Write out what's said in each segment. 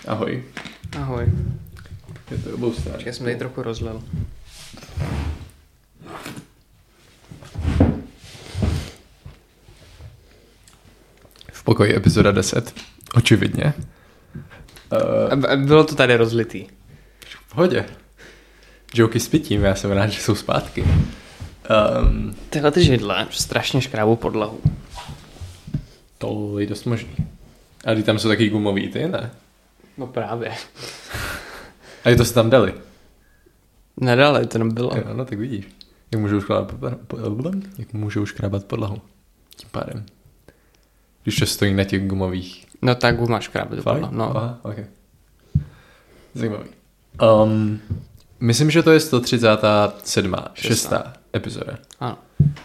Ahoj. Ahoj. Je to obou stran. Já jsem tady trochu rozlil. V pokoji epizoda 10. Očividně. Bylo to tady rozlitý. V pohodě. Joky s pitím, já jsem rád, že jsou zpátky. Tyhle ty židle strašně škrábou podlahu. To je dost možný. A ty tam jsou taky gumový, ty ne? No právě. A to se tam dali? Nedali, to nebylo. Jo, no tak vidíš. Jak můžou škrábat podlahu. Tím pádem. Když to stojí na těch gumových. No tak guma škrábe podlahu. No. Aha, okay. Zajímavý. Myslím, že to je 137. 6. epizoda. Ano.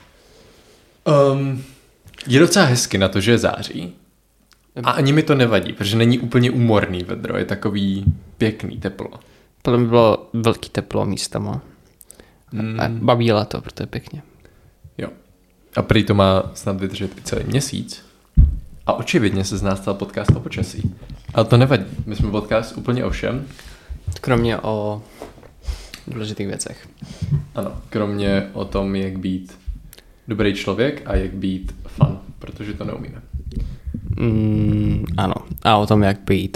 Je docela hezky na to, že je září. A ani mi to nevadí, protože není úplně úmorný vedro. Je takový pěkný teplo. Potom by bylo velký teplo místama. A baví léto, protože je pěkně. Jo. A prý to má snad vydržet i celý měsíc. A očividně se z nás stal podcast o počasí. Ale to nevadí. My jsme podcast úplně o všem. Kromě o důležitých věcech. Ano, kromě o tom, jak být dobrý člověk a jak být fun, protože to neumíme. Ano. A o tom, jak být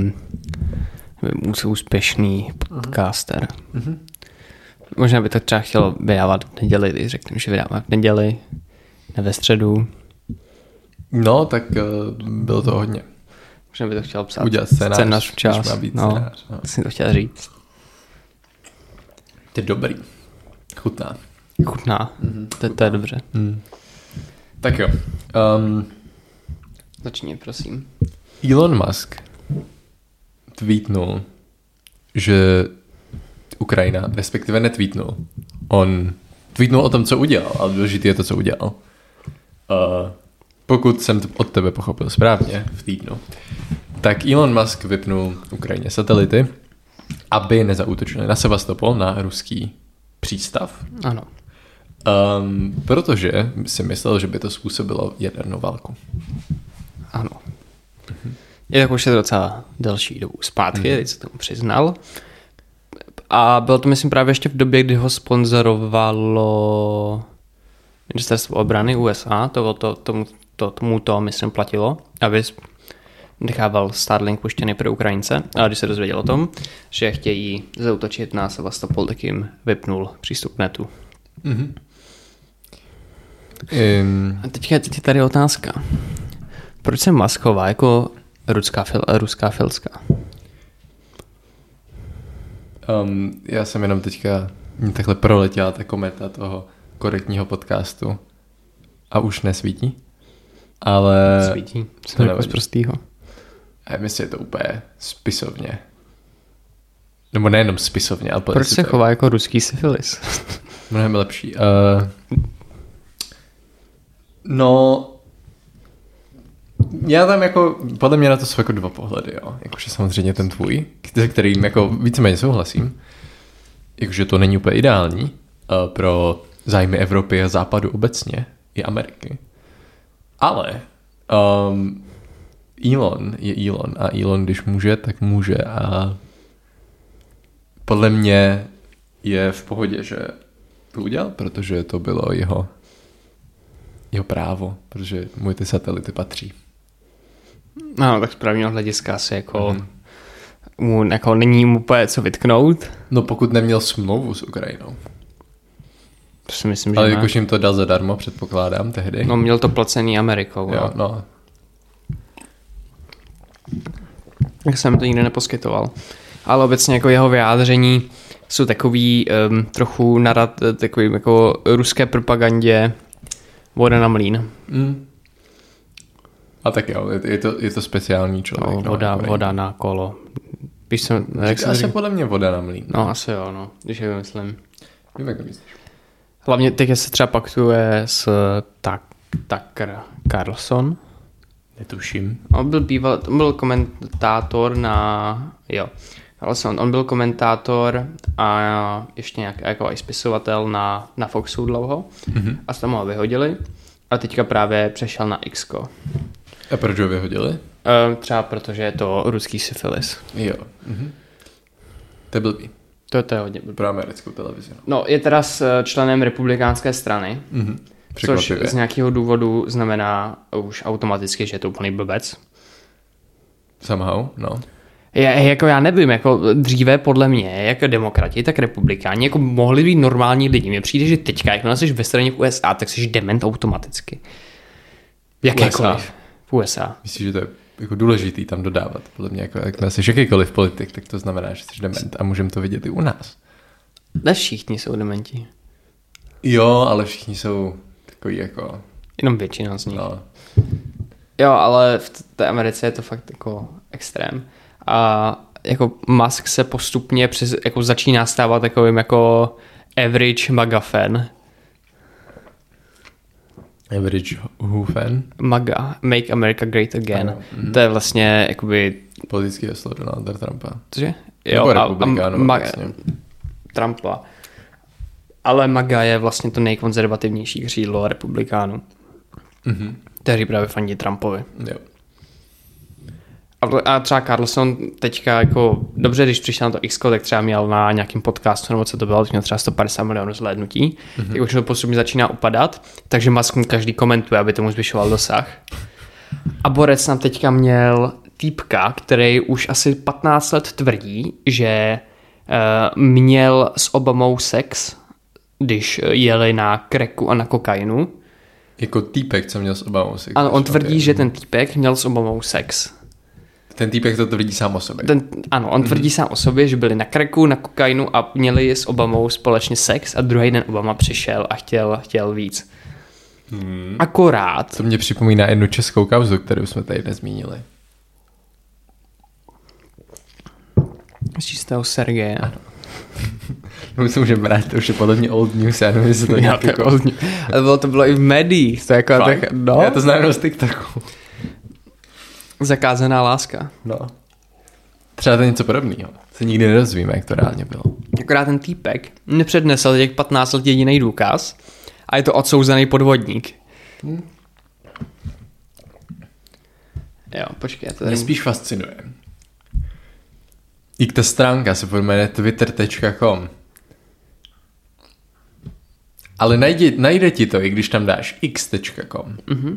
úspěšný podcaster. Mm-hmm. Možná by to třeba chtělo vydávat v neděli, když řeknu, že vydáváme v neděli, ne ve středu. No, tak bylo to hodně. Možná by to chtěl psát. Udělat scénář včas. Má být no, scénář. No. Jsi to chtěl říct. To je dobrý. Chutná. Chutná. To je dobře. Tak jo. Začni, prosím. Elon Musk tweetnul, že Ukrajina, respektive netweetnul. On tweetnul o tom, co udělal, ale důležité je to, co udělal. Pokud jsem to od tebe pochopil správně v týdnu, tak Elon Musk vypnul Ukrajině satelity, aby nezaútočili na Sevastopol, na ruský přístav. Ano. Protože si myslel, že by to způsobilo jadernou válku. Ano. Je tak už je docela delší dobu zpátky, teď se tomu přiznal. A bylo to, myslím, právě ještě v době, kdy ho sponzorovalo Ministerstvo obrany USA. Tomu to, myslím, platilo, aby nechával Starlink puštěný pro Ukrajince. A když se dozvěděl o tom, že chtějí zaútočit na Sevastopol, tak jim vypnul přístup k netu. Mm-hmm. A teď je tady otázka. Proč se Musk chová jako ruská filska? Já jsem jenom teďka takhle proletěla ta kometa toho korektního podcastu a už nesvítí, ale... Svítí. Jsem jako z prostýho. A myslím, je to úplně spisovně. Nebo nejenom spisovně, ale... Proč se chová jako ruský syfilis? Mnohem lepší. No... Já tam jako, podle mě na to jsou jako dva pohledy, jo. Jakože samozřejmě ten tvůj, kterým jako víceméně souhlasím, jakože to není úplně ideální pro zájmy Evropy a Západu obecně, i Ameriky. Ale Elon je Elon a Elon, když může, tak může a podle mě je v pohodě, že to udělal, protože to bylo jeho právo, protože mu ty satelity patří. No, tak z právního hlediska asi jako, jako není mu úplně co vytknout. No pokud neměl smlouvu s Ukrajinou. To si myslím, že ale ne. jakož jim to dal zadarmo, předpokládám, tehdy. No, měl to placený Amerikou. Jo, no. Tak jsem to nikdy neposkytoval. Ale obecně jako jeho vyjádření jsou takový trochu takový jako ruské propagandě voda na mlín. A tak jo, je to speciální člověk. No, voda na kolo. Víš co, asi podle mě voda na mlín. No asi jo, no, když je vymyslím. Vím, jak to myslíš. Hlavně teď se třeba paktuje s Tucker Carlson. Netuším. On byl komentátor na... Jo. On byl komentátor a ještě nějak jako i spisovatel na Foxu dlouho. Mm-hmm. A z toho ho vyhodili. A teďka právě přešel na Xko. A proč ho vyhodili? Třeba protože je to ruský syfilis. Jo. To je blbý. To je hodně blbý. Pro americkou televizi. No, je teda s členem republikánské strany, což z nějakého důvodu znamená už automaticky, že je to úplný blbec. Somehow, no. Jako já nevím, jako dříve podle mě, jak demokrati, tak republikáni, jako mohli být normální lidi. Mně přijde, že teďka, jak jsi ve straně v USA, tak jsi dement automaticky. Jakékoliv. V USA. Myslím, že to je jako důležitý tam dodávat. Podle mě, jako, jak jsi jakýkoliv politik, tak to znamená, že jsi dement a můžeme to vidět i u nás. Ne všichni jsou dementi. Jo, ale všichni jsou takový jako... Jenom většina z nich. No. Jo, ale v té Americe je to fakt jako extrém. A jako Musk se postupně jako začíná stávat takovým jako average MAGA fan. Average who fan? MAGA, Make America Great Again. Ano. To je vlastně jakoby... Politický heslo Donalda Trumpa. Cože? Jo, nebo republikánů vlastně. Trumpa. Ale MAGA je vlastně to nejkonzervativnější křídlo republikánů. Kteří právě fandí Trumpovi. Jo. A třeba Carlson teďka jako, dobře, když přišel na to X, tak třeba měl na nějakém podcastu, nebo co to bylo, měl třeba 150 milionů zhlédnutí, tak už to postupně začíná upadat, takže Musk každý komentuje, aby tomu zvyšoval dosah. A Borec nám teďka měl týpka, který už asi 15 let tvrdí, že měl s Obamou sex, když jeli na cracku a na kokainu. Jako týpek, co měl s Obamou sex. Ano, on tvrdí, že ten týpek měl s Obamou sex. Ten týpek to tvrdí sám o sobě. Ano, on tvrdí sám o sobě, že byli na cracku, na kokainu a měli s Obamou společně sex a druhý den Obama přišel a chtěl víc. Akorát. To mě připomíná jednu českou kauzu, kterou jsme tady nezmínili. Z čistého Sergeje. Ano. My se můžeme brát, to už je podle mě old news, já nevím, jestli to nějak jako... Ale to bylo i v médiích. To jako no. Já to znám jenom z TikToku. Zakázaná láska. No. Třeba to je něco podobného. Se nikdy nedozvíme, jak to reálně bylo. Akorát ten týpek nepřednesl těch 15 let jediný důkaz a je to odsouzený podvodník. Jo, počkej. Mě spíš fascinuje. I ta stránka se pojmenuje twitter.com. Ale najde ti to, i když tam dáš x.com.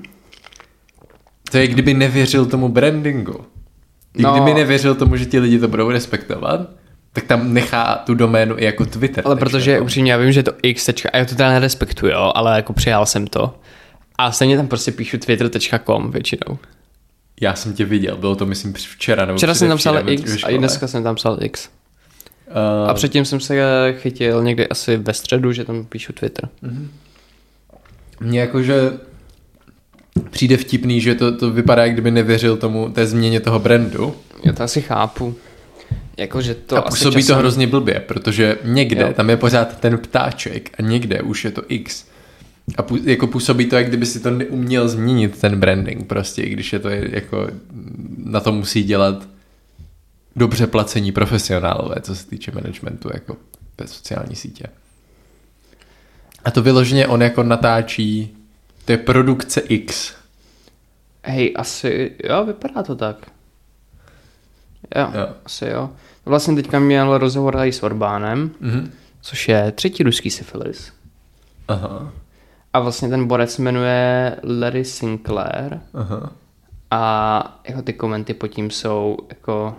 To je, kdyby nevěřil tomu brandingu. Kdyby nevěřil tomu, že ti lidi to budou respektovat, tak tam nechá tu doménu i jako Twitter. Ale protože upřímně já vím, že je to x. A já to teda nerespektuju, ale jako přijal jsem to. A stejně tam prostě píšu twitter.com většinou. Já jsem tě viděl, bylo to myslím včera. Nebo včera jsem tam psal x a i dneska jsem tam psal x. A předtím jsem se chytil někdy asi ve středu, že tam píšu Twitter. Mně jakože přijde vtipný, že to vypadá, jak kdyby nevěřil tomu té změně toho brandu. Já to asi chápu. Jako, že to a působí asi to hrozně blbě, protože někde tam je pořád ten ptáček a někde už je to X. A jako působí to, jak kdyby si to neuměl změnit ten branding prostě, i když je to jako na to musí dělat dobře placení profesionálové, co se týče managementu jako bez sociální sítě. A to vyloženě on jako natáčí, to je produkce X. Hej, asi, jo, vypadá to tak. Jo. Asi jo. Vlastně teďka měl rozhovor tady s Orbánem, což je 3. ruský syfilis. Aha. A vlastně ten borec se jmenuje Larry Sinclair. Aha. A jako ty komenty pod tím jsou jako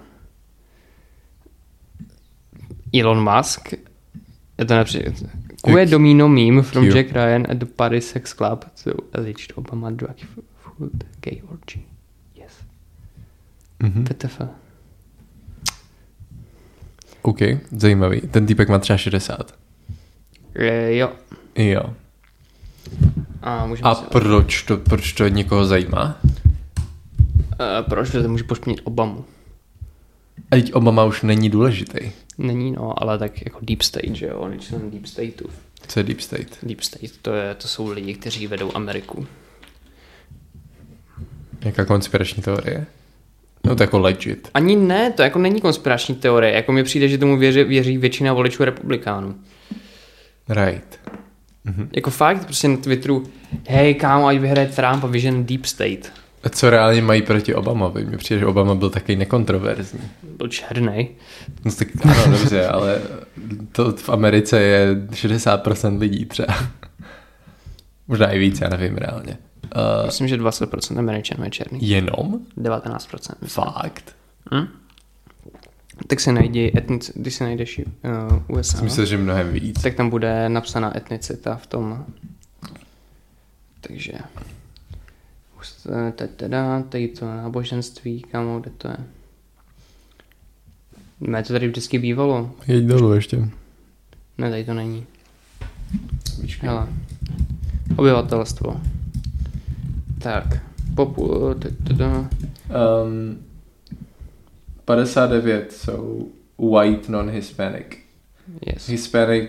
Elon Musk. Je to například Queer domino meme from Jack Ryan at the Paris Sex Club to alleged Obama drug food gay orgy. Yes. WTF. OK, zajímavý. Ten týpek má třeba 60. Jo. A proč to někoho zajímá? Proč? Protože může pošpinit Obamu. A teď Obama už není důležitý. Není, no, ale tak jako Deep State, že jo? On je člen Deep Stateu. Co je Deep State? Deep State, to jsou lidi, kteří vedou Ameriku. Jaká konspirační teorie? No to jako legit. Ani ne, to jako není konspirační teorie. Jako mi přijde, že tomu věří většina voličů republikánů. Right. Jako fakt, prostě na Twitteru, hej kámo, ať vyhraje Trump a vyžene Deep State. A co reálně mají proti Obamovi? Mně přijde, že Obama byl takový nekontroverzní. Byl černej. No tak ano, dobře, ale to v Americe je 60% lidí třeba. Možná i víc, já nevím reálně. Myslím, že 20% Američanů je černý. Jenom? 19%. Fakt? Tak si najdi, když si najdeš USA, myslím, že mnohem víc. tak tam bude napsaná etnicita v tom. Takže tady to náboženství, kamo, kde to je? Mé to tady vždycky bývalo. Jeď dolů ještě. Ne, tady to není. Výšky. Hele. Obyvatelstvo. Tak. 59 jsou white non-Hispanic. Yes. Hispanic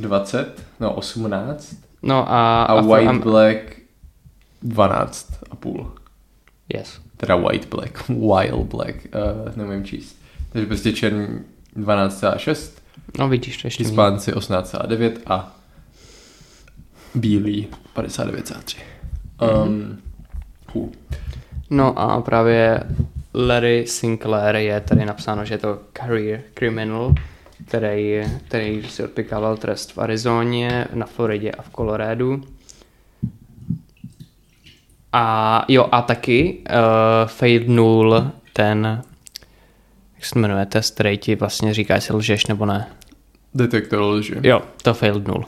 18. No A white black 12,5. Yes. Teda white black, wild black, nevím číst. Takže prostě černý 12,6. No vidíš, to ještě Hispánci 18,9 a bílí 59,3. No a právě Larry Sinclair je tady napsáno, že je to career criminal, který si odpykával trest v Arizoně, na Floridě a v Coloradu. A taky failnul ten, jak se jmenuje, test, který ti vlastně říká, jestli lžeš nebo ne. Detektor lži. Jo, to failnul.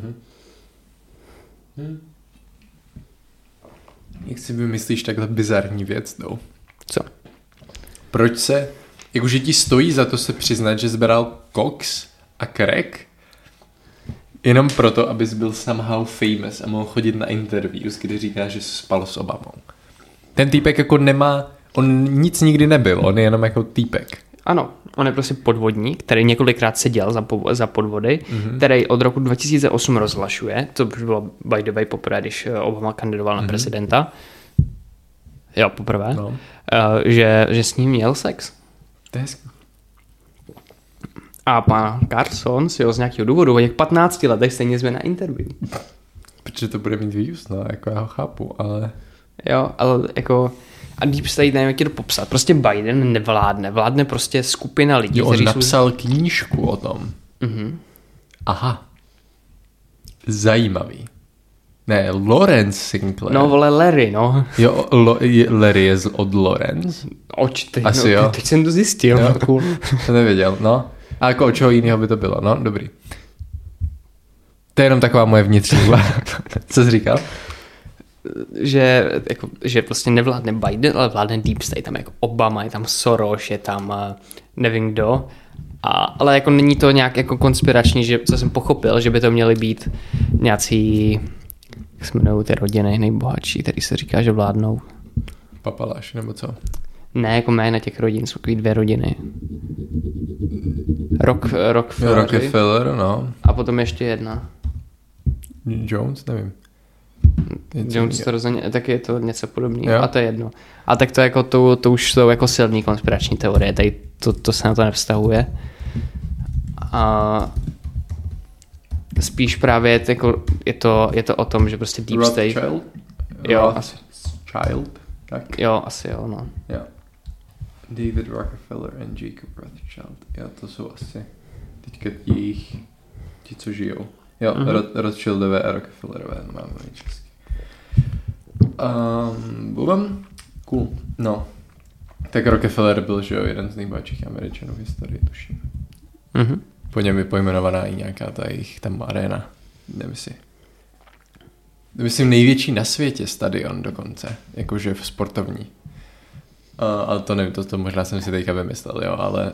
Jak si vymyslíš takhle bizarní věc, no? Co? Proč se, jakože ti stojí za to se přiznat, že zbral koks a crack, jenom proto, abys byl somehow famous a mohl chodit na interviews, kdy říká, že spal s Obamou. Ten týpek jako nemá, on nic nikdy nebyl, on je jenom jako týpek. Ano, on je prostě podvodník, který několikrát seděl za podvody, který od roku 2008 rozhlašuje, to už bylo by the way poprvé, když Obama kandidoval na prezidenta. Jo, poprvé. No. Že s ním měl sex. To je hezký. A pan Carson si ho z nějakého důvodu o těch 15 letech stejně zve na interview. Protože to bude mít views, no, jako já ho chápu, ale... Jo, ale jako... A Deep State, nevím, jak je to popsat. Prostě Biden nevládne. Vládne prostě skupina lidí, jo, on kteří napsal knížku o tom. Aha. Zajímavý. Ne, Lawrence Sinclair. No, vole, Larry, no. Jo, Larry je od Lawrence. Oč, Asi jo. Teď jsem to zjistil. Jo, cool. To nevěděl, no. A jako o čeho jiného by to bylo, no, dobrý. To je jenom taková moje vnitřní Co jsi říkal? Že prostě nevládne Biden, ale vládne Deep State. Tam je jako Obama, je tam Soros, je tam nevím kdo. Ale jako není to nějak jako konspirační, že co jsem pochopil, že by to měly být nějací, jak se jmenují ty rodiny nejbohatší, který se říká, že vládnou. Papaláš, nebo co? Ne, jako jména těch rodin, jsou takový 2 rodiny. Rockefeller, no. A potom ještě jedna. Jones, nevím. Jones to rozhodně, tak je to něco podobného. Jo. A to je jedno. A tak to jako to už jsou jako silný konspirační teorie, tady to se na to nevztahuje. A spíš právě jako je to o tom, že prostě Deep State... Rothschild? Jo, Rothschild? Tak. Jo, asi jo, no. Jo. David Rockefeller and Jacob Rothschild. Jo, to jsou asi teďka ti, co žijou. Jo, Rothschildové a Rockefellerové, no máme česky. Cool. No. Tak Rockefeller byl, že jo, jeden z nejbohatších Američanů v historii, tuším. Po něm je pojmenovaná i nějaká ta jejich tam arena. Myslím největší na světě stadion dokonce, jakože v sportovní. Ale to nevím, to možná jsem si teďka vymyslel, jo, ale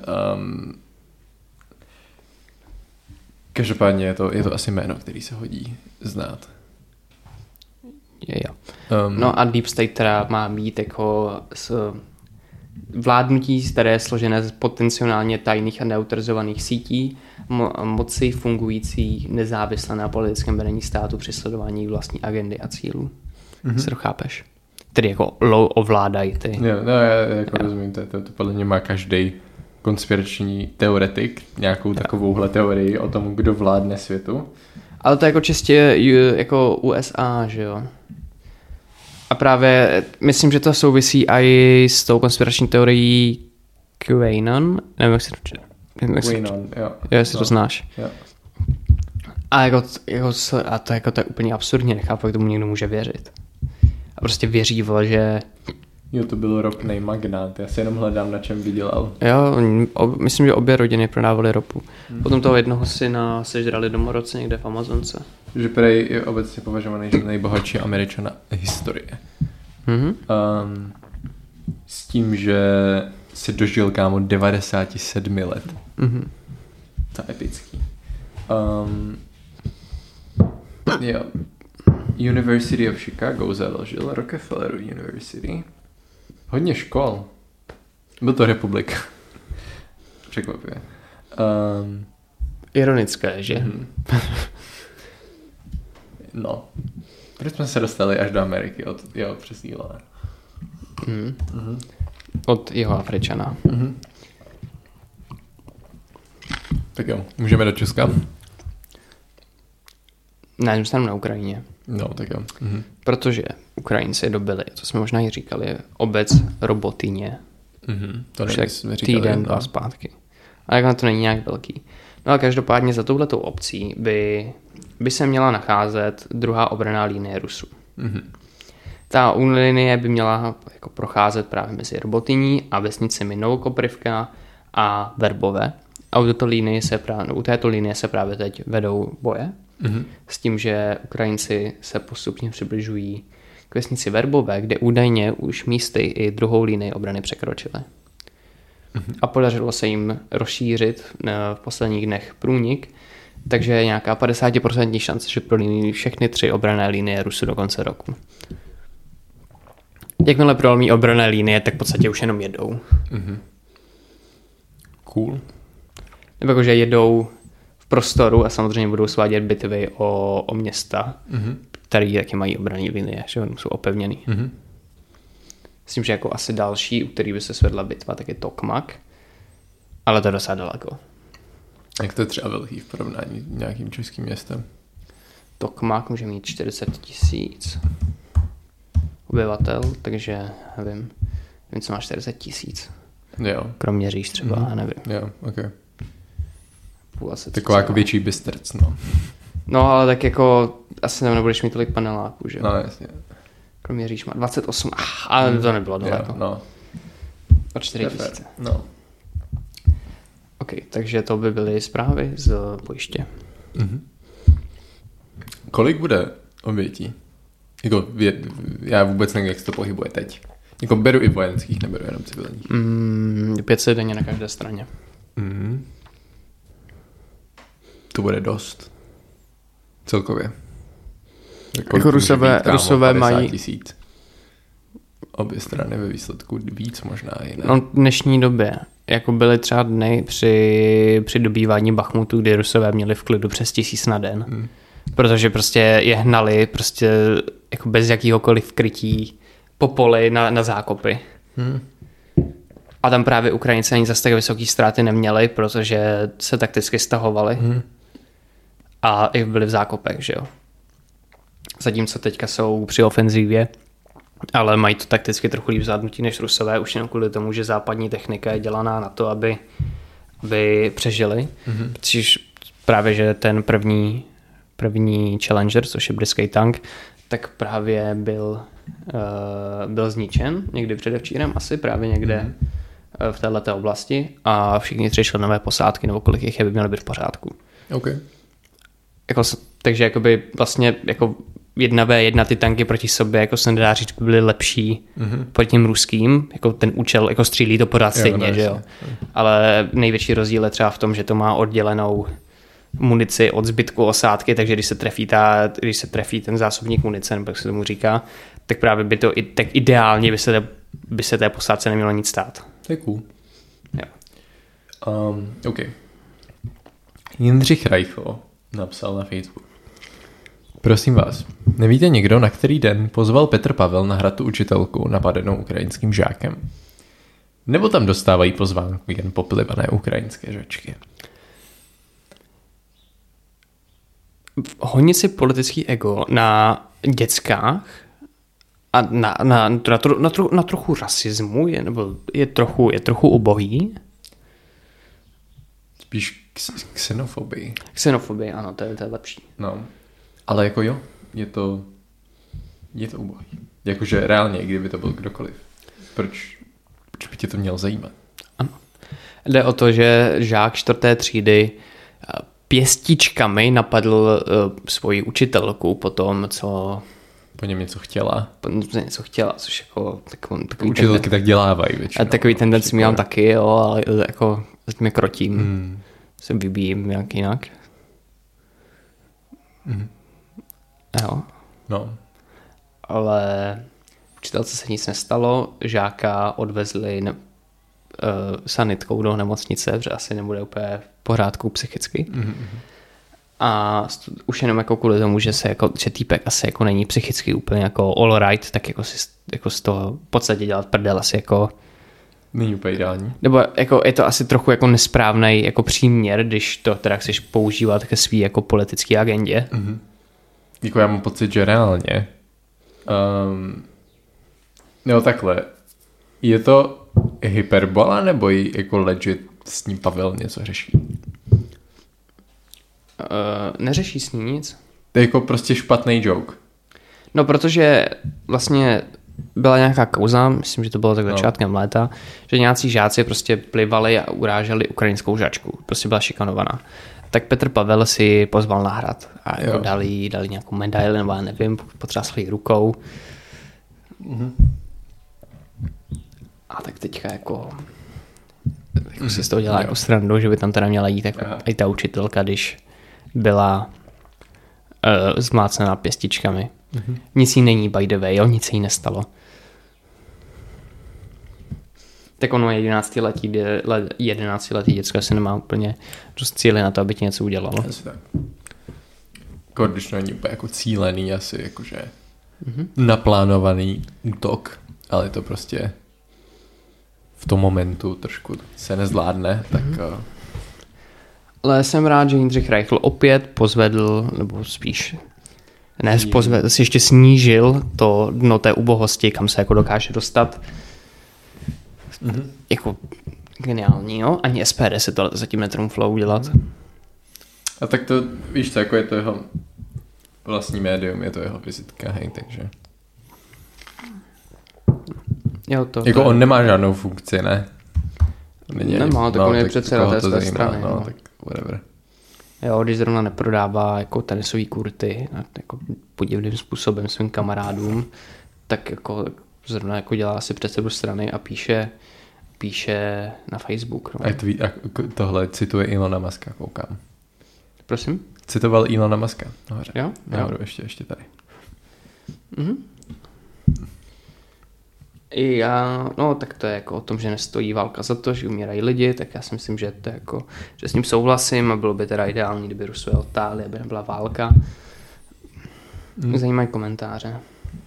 každopádně je to asi jméno, který se hodí znát. Jo. No a Deep State teda má být jako vládnutí, které je složené z potenciálně tajných a neautorizovaných sítí, moci fungující nezávisle na politickém vedení státu při sledování vlastní agendy a cílů. Se to chápeš? Tedy jako ovládají ty. Jo, no já jako rozumím, to podle mě má každý konspirační teoretik nějakou takovouhle teorii o tom, kdo vládne světu. Ale to jako čistě jako USA, že jo? A právě myslím, že to souvisí i s tou konspirační teorií QAnon. Nevím, jak se to QAnon, jo. Jestli to znáš. Jo. A to je úplně absurdně, nechápu, jak tomu někdo může věřit. A prostě věří, vole, že... Jo, to byl ropný magnát, já si jenom hledám, na čem vydělal. Jo, myslím, že obě rodiny prodávaly ropu. Potom toho jednoho syna sežrali domorodci někde v Amazonce. Že prej je obecně považovaný za nejbohatší Američana historie. S tím, že si dožil kámo 97 let. To je epický. Jo. University of Chicago založil, Rockefeller University. Hodně škol. Byl to republika. Překvapivě. Ironické, že? No. Proč jsme se dostali až do Ameriky od jeho přesídlé? Od jeho Afričana. Tak jo, můžeme do Česka? Ne, zůstaneme na Ukrajině. No, tak jo. Protože Ukrajinci dobili, to jsme možná i říkali, obec Robotyně. To už nevím, týden, dva zpátky. A jak na to není nějak velký. No a každopádně za touhletou obcí by se měla nacházet druhá obranná linie Rusů. Ta linie by měla jako procházet právě mezi Robotyní a vesnicemi Novokoprivka a Verbové. A u této linie se právě teď vedou boje. S tím, že Ukrajinci se postupně přibližují k vesnici Verbové, kde údajně už místy i druhou linii obrany překročili. A podařilo se jim rozšířit v posledních dnech průnik, takže je nějaká 50% šance, že prolíní všechny 3 obranné linie Rusů do konce roku. Jakmile prolomí obranné linie, tak v podstatě už jenom jedou. Cool. Nebo jakože jedou v prostoru a samozřejmě budou svádět bitvy o města, které taky mají obranné linie, že jsou opevněný. Myslím, že jako asi další, u který by se svedla bitva, tak je Tokmak, ale to je docela daleko. Jak to je třeba velký v porovnání s nějakým českým městem? Tokmak může mít 40 000 obyvatel, takže nevím, co má 40 000. Jo. Kroměříž třeba, já nevím. Jo, ok. Taková jako větší Bystrc, no. No, ale tak jako asi nebudeš mít tolik paneláků, že jo? No, jasně. Kroměříž má 28, ale to nebylo daleko. Jo, no. O 4 000. No. Ok, takže to by byly zprávy z bojiště. Kolik bude obětí? Jako, já vůbec nevím, jak se to pohybuje teď. Jako beru i vojenských, neberu jenom civilních. 500 denně na každé straně. To bude dost. Celkově. Jako Rusové mají 000. Obě strany ve výsledku víc možná i ne. No v dnešní době, jako byly třeba dny při dobývání Bachmutu, kdy Rusové měli v klidu přes 1000 na den. Protože prostě je hnali prostě jako bez jakýhokoliv krytí po poli na zákopy. A tam právě Ukrajinci ani zase tak vysoký ztráty neměli, protože se takticky stahovali. A i byli v zákopech, že jo. Zatímco teďka jsou při ofenzívě, ale mají to takticky trochu líp zvládnutí než Rusové, už jenom kvůli tomu, že západní technika je dělaná na to, aby přežili. Protože právě, že ten první Challenger, což je britský tank, tak právě byl zničen někdy předevčírem asi, právě někde v této oblasti a všichni 3 členové posádky, nebo kolik jich je, by měly být v pořádku. Okay. Takže jakoby vlastně jako 1v1 ty tanky proti sobě, jako se nedá říct, by byly lepší proti těm ruským, jako ten účel, jako střílí to pořád stejně, že jo. Ale největší rozdíl je třeba v tom, že to má oddělenou munici od zbytku osádky, takže když se trefí ten zásobník munice, nebo jak se tomu říká, tak právě by to tak ideálně by se té posádce nemělo nic stát. To je cool. Jo. OK. Jindřich Reichl napsal na Facebook. Prosím vás, nevíte někdo, na který den pozval Petr Pavel na hrad tu učitelku napadenou ukrajinským žákem? Nebo tam dostávají pozvánku jen poplivané ukrajinské žačky? Honit si politický ego na dětskách A na trochu rasismu je trochu ubohý. Spíš xenofobii. Xenofobii, ano, to je lepší. No, ale jako jo, je to ubohý. Jakože reálně, kdyby to byl kdokoliv. Proč by tě to mělo zajímat? Ano. Jde o to, že žák 4. třídy pěstičkami napadl svoji učitelku po tom, co po něm něco chtěla, což jako takový učitelky tak dělávají většinou. A takový tendenci mám taky, jo, ale jako zatím je krotím. Se vybíjím nějak jinak. Jo. No. Ale učitelce se nic nestalo, žáka odvezli sanitkou do nemocnice, protože asi nebude úplně v pořádku psychicky. A už jenom jako kvůli tomu, že týpek asi jako není psychicky úplně jako all right, tak jako z toho v podstatě dělat prdel asi jako není úplně ideální. Nebo jako je to asi trochu jako nesprávný jako příměr, když to teda chceš používat ke svý jako politické agendě. Jako já mám pocit, že reálně no takhle, je to hyperbola nebo jako legit s ním Pavel něco řeší? Neřeší s ní nic. To je jako prostě špatný joke. No, protože vlastně byla nějaká kauza, myslím, že to bylo tak začátkem léta, že nějací žáci prostě plivali a uráželi ukrajinskou žačku. Prostě byla šikanovaná. Tak Petr Pavel si pozval na hrad a jako dali nějakou medaili, nebo já nevím, potřásli jí rukou. A tak teďka jako si z toho dělá jako srandu, že by tam teda měla jít jako i ta učitelka, když byla zmlácená pěstičkami. Nic jí není, by the way, nic jí nestalo. Tak ono je 11letý děcko, asi nemá úplně dost cíly na to, aby ti něco udělalo. Asi tak. Jako, když to není úplně jako cílený, asi jakože naplánovaný útok, ale je to prostě v tom momentu trošku se nezvládne, tak... Ale jsem rád, že Jindřich Reichl opět pozvedl, nebo spíš pozvedl, si ještě snížil to dno té ubohosti, kam se jako dokáže dostat. Jako geniální, jo? Ani SPD se to zatím netrumflo udělat. A tak to, víš co, jako je to jeho vlastní médium, je to jeho vizitka, hej, takže... Jo, to jako on nemá žádnou funkci, ne? Nemá, tak on je předseda té své strany. No, tak whatever. Jo, když zrovna neprodává jako tenisový kurty jako podivným způsobem svým kamarádům, tak jako zrovna jako dělá si předsedu strany a píše na Facebook. No. A tohle cituje Ilona Muska, koukám. Prosím? Citoval Ilona Muska. Nahoře. Jo? Nahoru, ještě tady. No tak to je jako o tom, že nestojí válka za to, že umírají lidi, tak já si myslím, že to je jako, že s ním souhlasím a bylo by teda ideální, kdyby Rusové odtáhli, aby nebyla válka. Zajímají komentáře.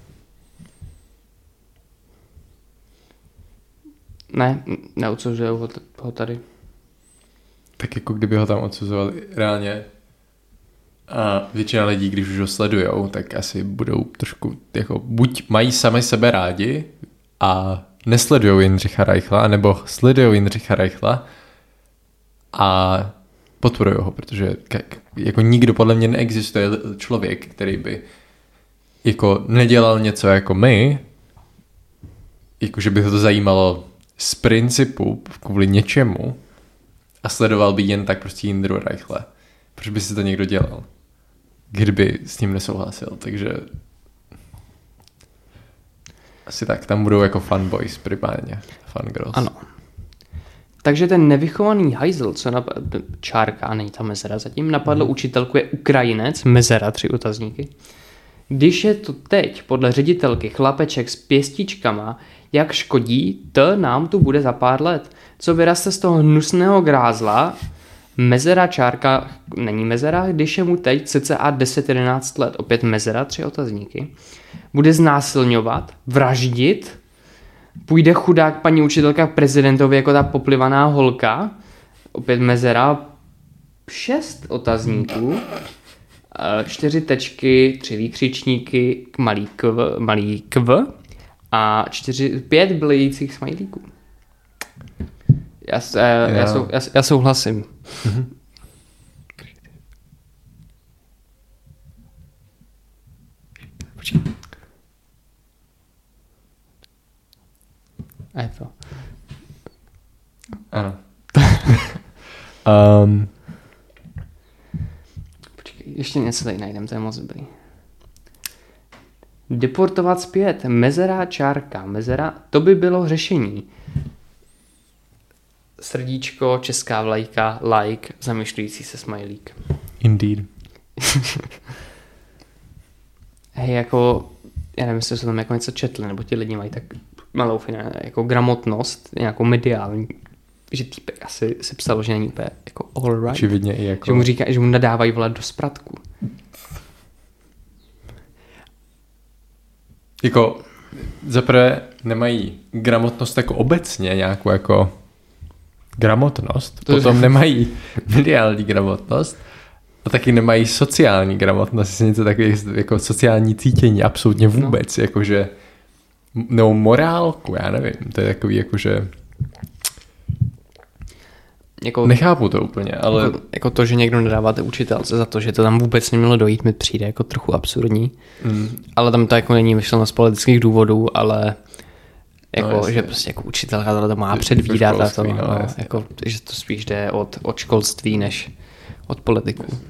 Ne, neodsuzujou ho tady. Tak jako kdyby ho tam odsuzovali reálně a většina lidí, když už ho sledujou, tak asi budou trošku jako buď mají sami sebe rádi a nesledujou Jindřicha Reichla, nebo sledují Jindřicha Reichla a podporují ho, protože jako nikdo podle mě neexistuje člověk, který by jako nedělal něco jako my, jako že by ho to zajímalo z principu kvůli něčemu a sledoval by jen tak prostě Jindru Reichle. Proč by si to někdo dělal? Kdyby s ním nesouhlasil, takže asi tak, tam budou jako fanboys primárně, fangirls. Ano. Takže ten nevychovaný hajzl, čárka, není tam mezera zatím, napadl učitelku, je Ukrajinec, mezera, 3 otazníky. Když je to teď podle ředitelky chlapeček s pěstičkama, jak škodí, to nám tu bude za pár let. Co vyraste z toho hnusného grázla, mezera, čárka, není mezera, když je mu teď cca 10-11 let, opět mezera, 3 otazníky, bude znásilňovat, vraždit, půjde chudák paní učitelka k prezidentovi jako ta poplivaná holka, opět mezera, 6 otazníků, 4 tečky, 3 výkřičníky, malý kv a 5 blijících smajlíků. Já souhlasím. Počkej. A je to. Ano. Počkej, ještě něco tady najdem, to je moc dobrý. Deportovat zpět, mezera, čárka, mezera, to by bylo řešení. Srdíčko, česká vlajka, like, zamýšľující se smajlík. Indeed. Hej, jako, já nevím, jestli se tam jako něco četli, nebo ti lidi mají tak malou jako gramotnost, nějakou mediální, že týpek asi si psal, že není úplně jako all right. Očividně i jako... Že mu říká, že mu nadávají volat do spratku. Jako, zaprvé nemají gramotnost jako obecně, nějakou jako gramotnost, potom nemají mediální gramotnost a taky nemají sociální gramotnost, něco takových jako sociální cítění, absolutně vůbec, jakože nebo morálku, já nevím, to je takový jakože jako, nechápu to úplně, ale... Jako to, že někdo nedáváte učitelce za to, že to tam vůbec nemělo dojít, mi přijde jako trochu absurdní. Ale tam to jako není myšleno z politických důvodů, ale jako, že prostě jako učitelka to má předvídat a to, jako, že to spíš jde od školství, než od politiků.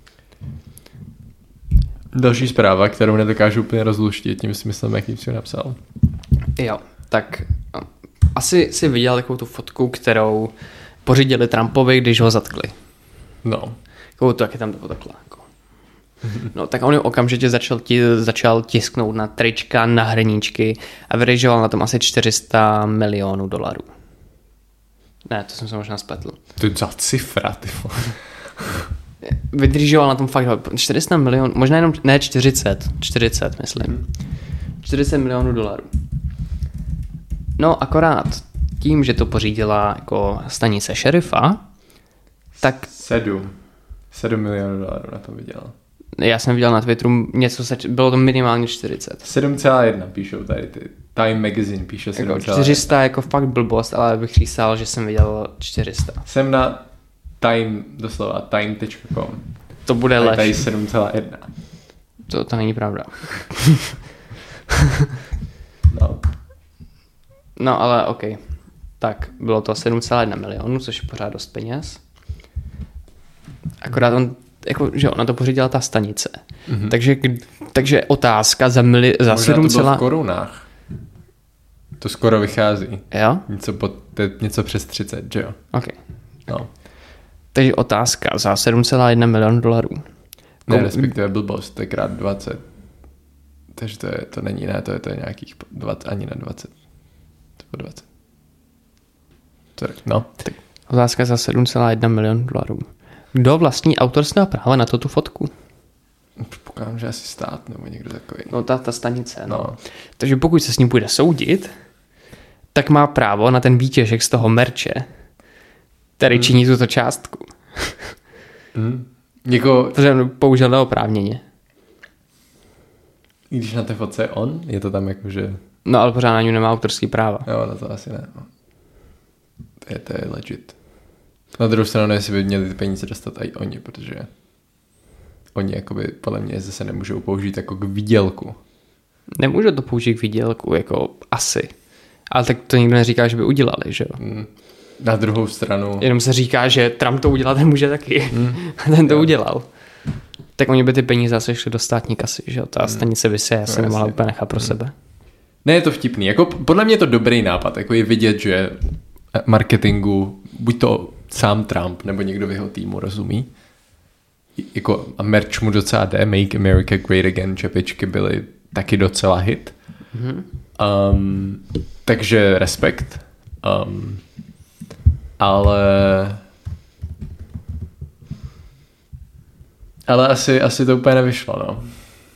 Další zpráva, kterou nedokážu úplně rozluštit, tím si myslím, jakým jsi napsal. Jo, tak asi si viděl takovou tu fotku, kterou pořídili Trumpovi, když ho zatkli. No. Jako to, jak je tam to takhle. Jako. No, tak on okamžitě začal tisknout na trička, na hrníčky a vyrežoval na tom asi $400 milionů. Ne, to jsem se možná spletl. To je za cifra, ty vole. Vydržoval na tom fakt 400 milionů, možná jenom, ne 40 myslím. $40 milionů. No akorát tím, že to pořídila jako stanice šerifa, tak... 7 milionů dolarů na to viděl. Já jsem viděl na Twitteru něco, bylo to minimálně 40. 7,1 píšou tady ty. Time Magazine píše 7,1. Jako 400 jako fakt blbost, ale bych říkal, že jsem viděl 400. Jsem na time, doslova time.com. To bude lež. Tady 7,1. To není pravda. No ale OK. Tak bylo to 7,1 milionů, což je pořád dost peněz. Akorát on, jako, že ona to pořídila ta stanice. Takže otázka za 7, to bylo v korunách. To skoro vychází. Jo? Něco přes 30, že jo? OK. No. Takže otázka za 7,1 milionu dolarů. Ne, respektive blbost, to je krát 20. Takže to není, ne, to je nějakých 20, ani na 20. To po 20. No. Tak otázka za 7,1 milionu dolarů. Kdo vlastní autorská práva na tu fotku? Pokládám, že asi stát nebo někdo takový. No ta stanice, no. Takže pokud se s ním půjde soudit, tak má právo na ten výtěžek z toho merče, který činí tuto částku. Protože použil neoprávněně. I když na té fotce je on, je to tam jakože... No ale pořád na něm nemá autorský práva. Jo, na to asi ne. No. To je legit. Na druhou stranu, jestli by měli ty peníze dostat i oni, protože oni jakoby podle mě zase nemůžou použít jako k výdělku. Nemůžou to použít k výdělku, jako asi. Ale tak to nikdo neříká, že by udělali, že jo? Na druhou stranu... Jenom se říká, že Trump to udělat nemůže taky. Ten to udělal. Tak oni by ty peníze zase šli do státní kasy, že jo? Ta stanice by se asi nemohla úplně nechat pro sebe. Ne, je to vtipný. Jako, podle mě je to dobrý nápad. Jako je vidět, že marketingu buď to sám Trump nebo někdo v jeho týmu rozumí. Jako, a merch mu docela jde. Make America Great Again čepičky byly taky docela hit. Takže respekt. Ale asi to úplně nevyšlo, no.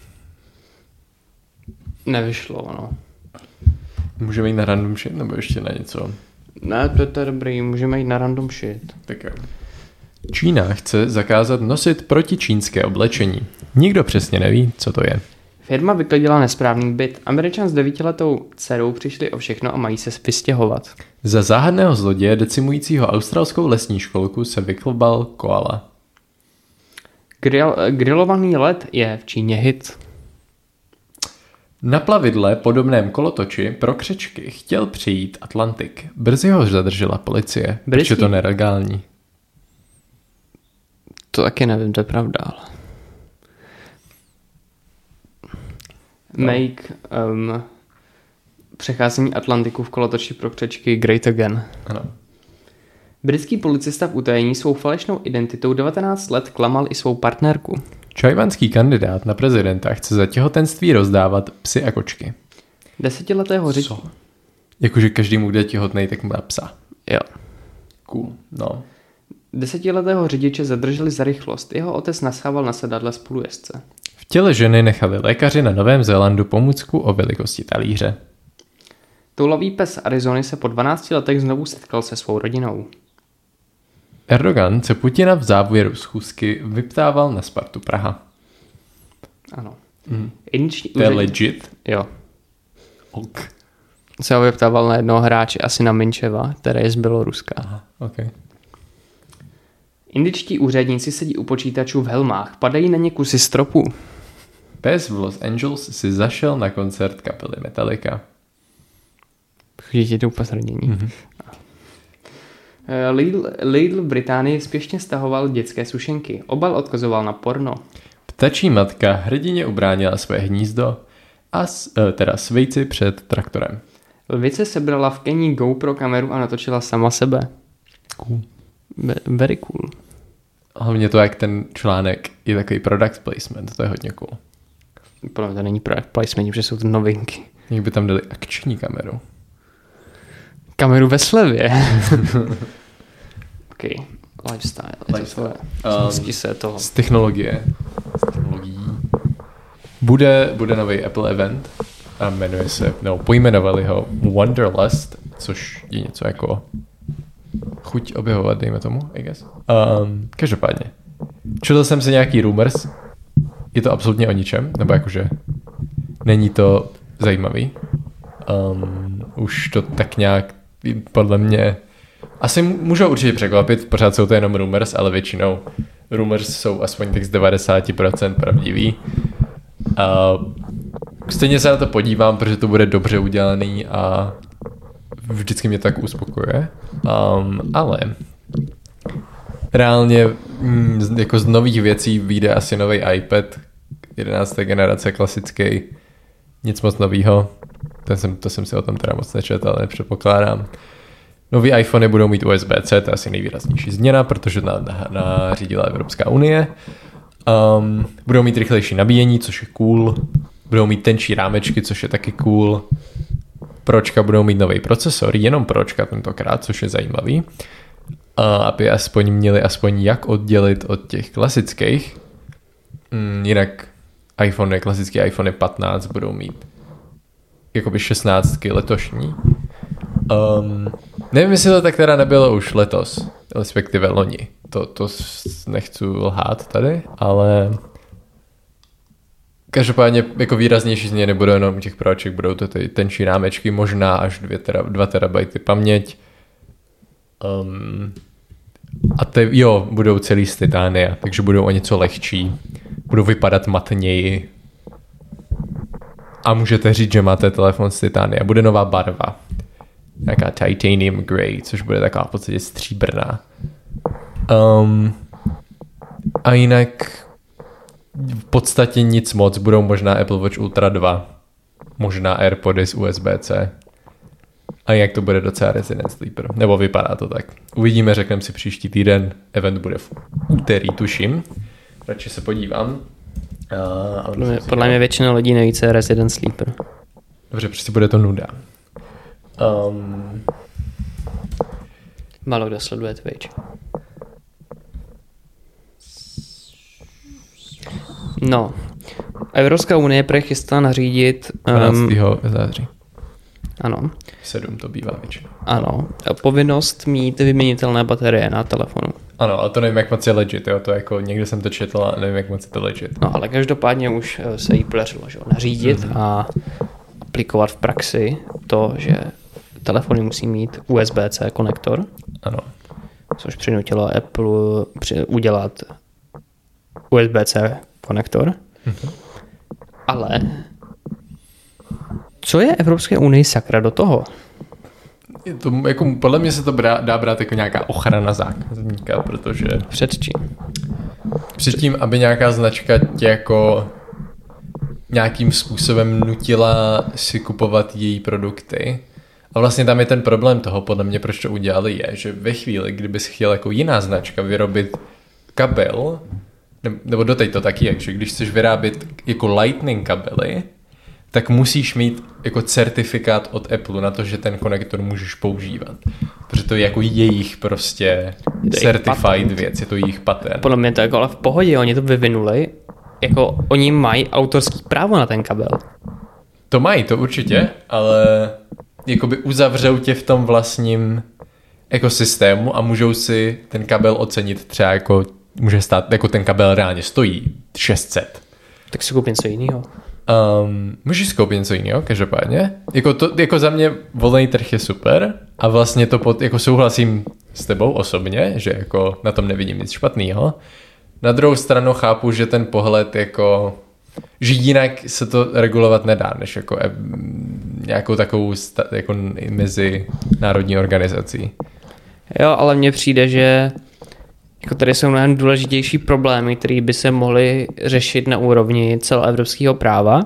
Nevyšlo, no. Můžeme jít na random shit, nebo ještě na něco? Ne, to je dobrý, můžeme jít na random shit. Tak jo. Čína chce zakázat nosit protičínské oblečení. Nikdo přesně neví, co to je. Firma vyklidila nesprávný byt. Američan s 9letou dcerou přišli o všechno a mají se vystěhovat. Za záhadného zloděje decimujícího australskou lesní školku se vyklbal koala. Grilovaný led je v Číně hit. Na plavidle podobném kolotoči pro křečky chtěl přejít Atlantik. Brzy ho zadržela policie, protože to nelegální. To taky nevím, to je pravda, ale... Make přecházení Atlantiku v kolotoči pro křečky great again. Ano. Britský policista v utajení svou falešnou identitou 19 let klamal i svou partnerku. Tchajwanský kandidát na prezidenta chce za těhotenství rozdávat psy a kočky. 10letého řidiče. Jakože každý mu, kde je těhotnej, tak má psa. Jo. Cool, no. 10letého řidiče zadrželi za rychlost. Jeho otec naschával na sedadle spolujezdce. V těle ženy nechali lékaři na Novém Zélandu pomůcku o velikosti talíře. Toulavý pes z Arizony se po 12 letech znovu setkal se svou rodinou. Erdogan se Putina v závěru schůzky vyptával na Spartu Praha. Ano. To je legit? Jo. Ok. Se ho vyptával na jednoho hráče, asi na Minčeva, který je z Běloruska. Aha, okay. Indičtí úředníci sedí u počítačů v helmách, padají na ně kusy stropu. Pes v Los Angeles si zašel na koncert kapely Metallica. Chodíte to upozornění. Lidl v Británii spěšně stahoval dětské sušenky. Obal odkazoval na porno. Ptačí matka hrdině ubránila své hnízdo a s vejci před traktorem. Lvice sebrala v Kenii GoPro kameru a natočila sama sebe. Cool. Very cool. Hlavně to, jak ten článek je takový product placement, to je hodně cool. Podle mě to není product placement, protože jsou to novinky. Jak by tam dali akční kameru. Kameru ve slevě. OK. Lifestyle. Se toho. Z technologií. Bude nový Apple event a jmenuje se, pojmenovali ho Wanderlust, což je něco jako chuť objevovat, dejme tomu, I guess. Každopádně. Četl jsem si nějaký rumors, je to absolutně o ničem, nebo jakože není to zajímavý. Už to tak nějak podle mě asi můžou určitě překvapit, pořád jsou to jenom rumors, ale většinou rumors jsou aspoň tak z 90% pravdivý. Stejně se na to podívám, protože to bude dobře udělaný a vždycky mě tak uspokojuje. Ale reálně jako z nových věcí vyjde asi nový iPad 11. generace klasický. Nic moc novýho. To jsem si o tom teda moc nečetl, ale nepředpokládám. Nový iPhony budou mít USB-C, to je asi nejvýraznější změna, protože nařídila Evropská unie. Budou mít rychlejší nabíjení, což je cool. Budou mít tenčí rámečky, což je taky cool. Pročka budou mít nový procesor, jenom pročka tentokrát, což je zajímavý. Aby měli aspoň jak oddělit od těch klasických. Jinak klasický iPhone 15 budou mít jakoby 16 letošní. Nevím, jestli to tak teda nebylo už letos, respektive loni. To nechci lhát tady, ale každopádně jako výraznější změny budou jenom těch proček, budou to ty tenčí rámečky, možná až 2 terabajty paměť. A budou celý z titánia, takže budou o něco lehčí, budou vypadat matněji. A můžete říct, že máte telefon z titánia. Bude nová barva. Nějaká titanium grey, což bude taková v podstatě stříbrná. A jinak v podstatě nic moc. Budou možná Apple Watch Ultra 2. Možná AirPody s USB-C. A jak to bude docela Resident Sleeper. Nebo vypadá to tak. Uvidíme, řekneme si příští týden. Event bude v úterý, tuším. Radši se podívám. Podle mě většina lidí neví, co je Resident Sleeper. Dobře, prostě bude to nuda. Málo kdo sleduje Twitch. No. Evropská unie chystá nařídit 12. září. Ano. 7 to bývá většinou. Ano. Povinnost mít vyměnitelné baterie na telefonu. Ano, ale to nevím, jak moc je legit, jo? To jako někde jsem to četl a nevím, jak moc je to legit. No ale každopádně už se jí podařilo, že nařídit a aplikovat v praxi to, že telefony musí mít USB-C konektor. Ano. Což přinutilo Apple udělat USB-C konektor. Ale co je Evropské unii sakra do toho? To, jako, podle mě se to dá brát jako nějaká ochrana zákazníka, protože... Před čím? Před tím, aby nějaká značka tě jako nějakým způsobem nutila si kupovat její produkty. A vlastně tam je ten problém toho, podle mě, proč to udělali, je, že ve chvíli, kdybys chtěl jako jiná značka vyrobit kabel, nebo doteď to taky je, že když chceš vyrábět jako lightning kabely, tak musíš mít jako certifikát od Apple na to, že ten konektor můžeš používat. Protože to je jako jejich prostě certified věc, je to jejich patent. Podle mě to jako ale v pohodě, oni to vyvinuli, jako oni mají autorský právo na ten kabel. To mají, to určitě, ale jakoby uzavřou tě v tom vlastním ekosystému a můžou si ten kabel ocenit třeba jako, může stát, jako ten kabel reálně stojí 600. Tak si koupím něco jiného. Můžeš koupit něco jiného, každopádně. Jako za mě volný trh je super a vlastně to jako souhlasím s tebou osobně, že jako na tom nevidím nic špatného. Na druhou stranu chápu, že ten pohled jako, že jinak se to regulovat nedá, než jako nějakou takovou jako mezinárodní organizací. Jo, ale mně přijde, že jako tady jsou mnohem důležitější problémy, které by se mohly řešit na úrovni celoevropského práva,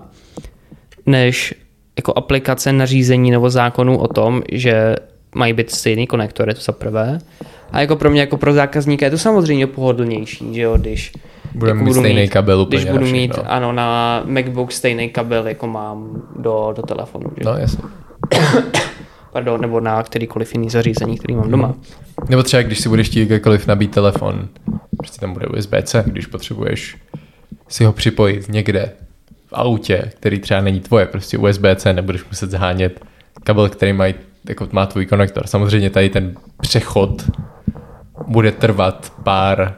než jako aplikace nařízení nebo zákonů o tom, že mají být stejný konektory, to za prvé. A jako pro mě, jako pro zákazníka je to samozřejmě pohodlnější, že jo, když budeme jako mít stejný kabel úplně. Když budu mít, ano, na MacBook stejný kabel, jako mám do telefonu. Že? No, jasně. Pardon, nebo na kterýkoliv jiný zařízení, který mám doma. Nebo třeba, když si budeš chtít jakkoliv nabít telefon, prostě tam bude USB-C, když potřebuješ si ho připojit někde v autě, který třeba není tvoje, prostě USB-C, nebudeš muset zhánět kabel, který má tvůj konektor. Samozřejmě tady ten přechod bude trvat pár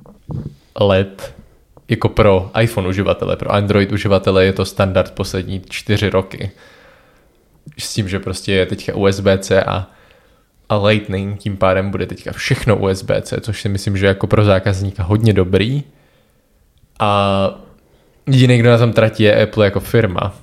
let jako pro iPhone uživatele, pro Android uživatele je to standard poslední 4 roky. S tím, že prostě je teďka USB-C a Lightning, tím pádem bude teďka všechno USB-C, což si myslím, že jako pro zákazníka hodně dobrý. A jediný, kdo na tom tratí, je Apple jako firma.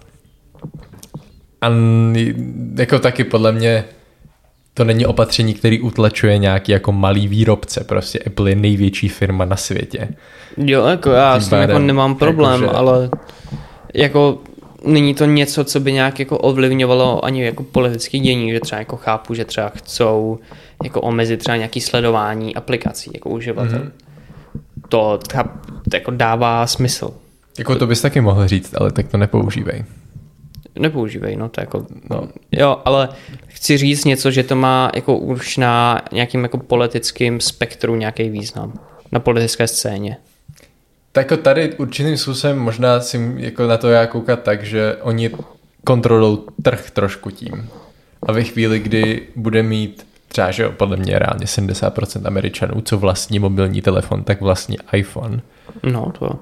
A jako taky podle mě to není opatření, který utlačuje nějaký jako malý výrobce. Prostě Apple je největší firma na světě. Jo, jako já s tím jako nemám problém, jako, ale jako není to něco, co by nějak jako ovlivňovalo ani jako politické dění, že třeba jako chápu, že třeba chcou jako omezit třeba nějaké sledování aplikací jako uživatel. To jako dává smysl. Jako to bys taky mohl říct, ale tak to nepoužívej. Nepoužívej, no to jako, no. Jo, ale chci říct něco, že to má jako už na nějakým jako politickým spektru nějaký význam. Na politické scéně. Tak jako tady určitým způsobem možná si jako na to já koukat tak, že oni kontrolují trh trošku tím. A ve chvíli, kdy bude mít třeba, že podle mě reálně 70% Američanů, co vlastní mobilní telefon, tak vlastní iPhone. No to.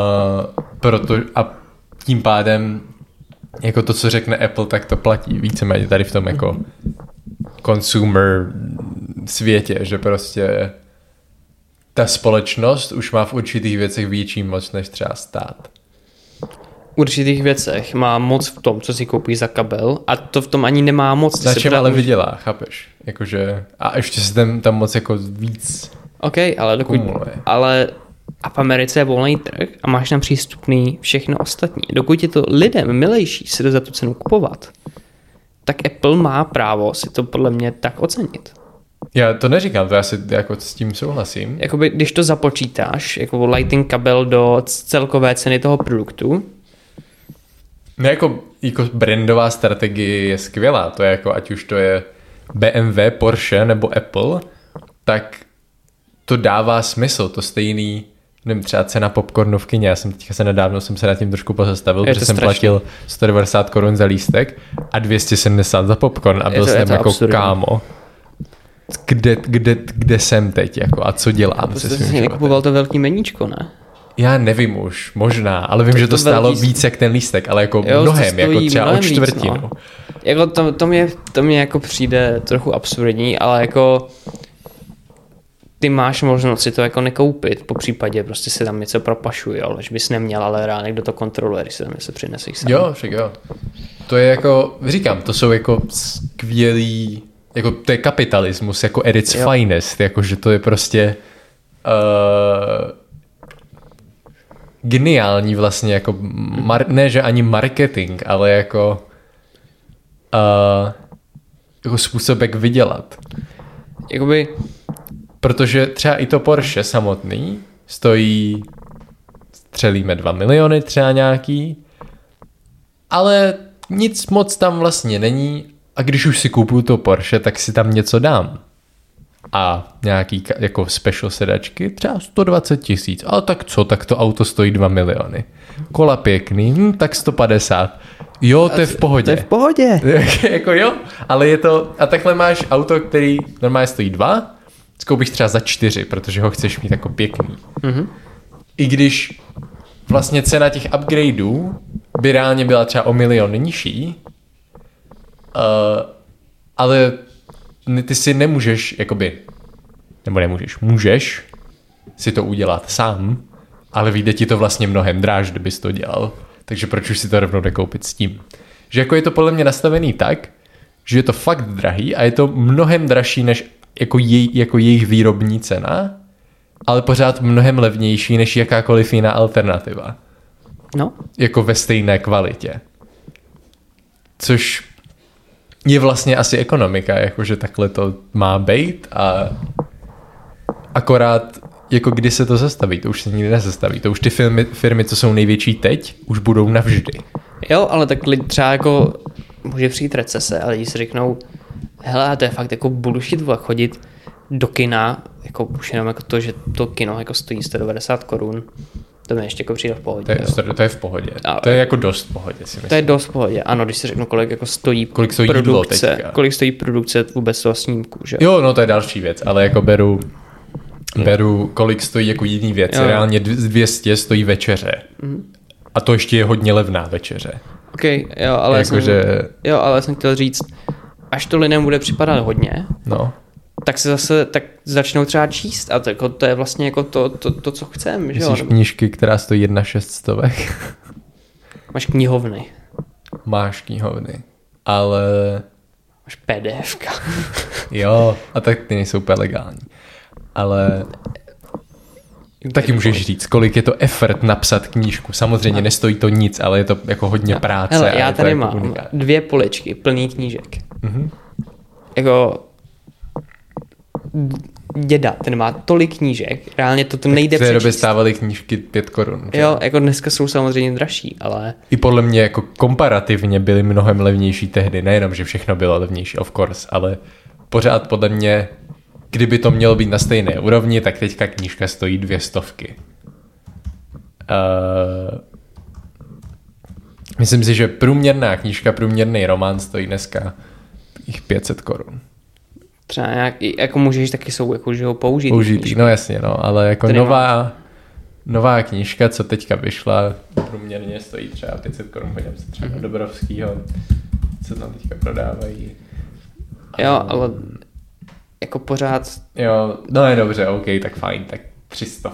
A tím pádem jako to, co řekne Apple, tak to platí. Víceméně tady v tom jako consumer světě, že prostě ta společnost už má v určitých věcech větší moc než třeba stát. V určitých věcech má moc v tom, co si koupíš za kabel a to v tom ani nemá moc. Na čem ale vydělá, chápeš? Jakože, a ještě se tam moc jako víc OK, ale a v Americe je volný trh a máš tam přístupný všechno ostatní. Dokud je to lidem milejší si to za tu cenu kupovat, tak Apple má právo si to podle mě tak ocenit. Já to neříkám, to já si jako s tím souhlasím. Jakoby, když to započítáš, jako Lightning kabel do celkové ceny toho produktu. No jako brandová strategie je skvělá, to je jako, ať už to je BMW, Porsche nebo Apple, tak to dává smysl, to stejný, nevím, třeba cena popcornu v kině, já jsem teďka nedávno jsem se nad tím trošku pozastavil, protože jsem platil 190 Kč za lístek a 270 za popcorn a byl jsem jako absurdní. Kámo. kde jsem teď jako a co dělám se svým životem. Kupoval to velký meníčko, ne? Já nevím už, možná, ale vím, že to stálo víc jak ten lístek, ale jako mnohem, jako třeba o čtvrtinu. No. Jako to mě jako přijde trochu absurdní, ale jako ty máš možnost si to jako nekoupit, po případě prostě si tam něco propašuj, ale že bys neměl, ale reálně kdo to kontroluje, když se tam něco přineseš sám. Jo, však jo. To je jako, říkám, to jsou jako skvělý, jako to je kapitalismus, jako at its finest, jako že to je prostě geniální vlastně, jako ne, že ani marketing, ale jako způsob, jak vydělat. Jakoby protože třeba i to Porsche samotný stojí, střelíme 2 miliony třeba nějaký, ale nic moc tam vlastně není a když už si kupuju to Porsche, tak si tam něco dám. A nějaký jako special sedačky třeba 120 000, ale tak co, tak to auto stojí 2 miliony. Kola pěkný, tak 150. Jo, to je v pohodě. To je v pohodě. Jako jo, ale je to, a takhle máš auto, který normálně stojí 2, skoupíš třeba za 4, protože ho chceš mít jako pěkný. Mm-hmm. I když vlastně cena těch upgradeů by reálně byla třeba o 1 milion nižší, ale ty si nemůžeš, jakoby, nebo nemůžeš, můžeš si to udělat sám, ale vyjde ti to vlastně mnohem dráž, kdybys to dělal. Takže proč už si to rovnou nekoupit s tím? Že jako je to podle mě nastavený tak, že je to fakt drahý a je to mnohem dražší než jako jejich výrobní cena, ale pořád mnohem levnější než jakákoliv jiná alternativa. No. Jako ve stejné kvalitě. Což je vlastně asi ekonomika, jakože takhle to má být a akorát jako kdy se to zastaví, to už se nikdy nezastaví. To už ty firmy, co jsou největší teď, už budou navždy. Jo, ale tak třeba jako může přijít recese a lidi si řeknou, hele, to je fakt jako bullshit chodit do kina, jako už jenom jako to, že to kino jako stojí 190 korun, to mi ještě jako přijde v pohodě. To je v pohodě. To je jako dost v pohodě, si myslím. To je dost v pohodě, ano, když si řeknu, kolik jako stojí produkce, kolik stojí produkce vůbec toho snímku, že? Jo, no to je další věc, ale jako beru kolik stojí jako jiný věc. Jo. Reálně 200 stojí večeře. A to ještě je hodně levná večeře. OK, jo, ale já jsem chtěl říct, až to lidem bude připadat hodně, tak se zase tak začnou třeba číst a to je vlastně jako to co chceme. Myslíš knížky, která stojí 1,600? Máš knihovny. Máš knihovny, ale... Máš PDFka. Jo, a tak ty nejsou úplně legální. Ale taky můžeš říct, kolik je to effort napsat knížku. Samozřejmě nestojí to nic, ale je to jako hodně práce. Hele, já tady mám 2 poličky plný knížek. Mm-hmm. Jako děda, ten má tolik knížek, reálně to nejde přečíst. V té době stávaly knížky 5 korun. Jo, jako dneska jsou samozřejmě dražší, ale... I podle mě jako komparativně byly mnohem levnější tehdy, nejenom, že všechno bylo levnější, of course, ale pořád podle mě, kdyby to mělo být na stejné úrovni, tak teďka knížka stojí 200. Myslím si, že průměrná knížka, průměrný román stojí dneska 500 korun. Třeba nějak, jako můžeš taky jsou jako, že ho použitý. No jasně, no, ale jako nová knížka, co teďka vyšla, průměrně stojí třeba 500 korun, hodím se třeba Dobrovskýho, co tam teďka prodávají. Jo, ale jako pořád... Jo, no je dobře, OK, tak fajn, tak 300.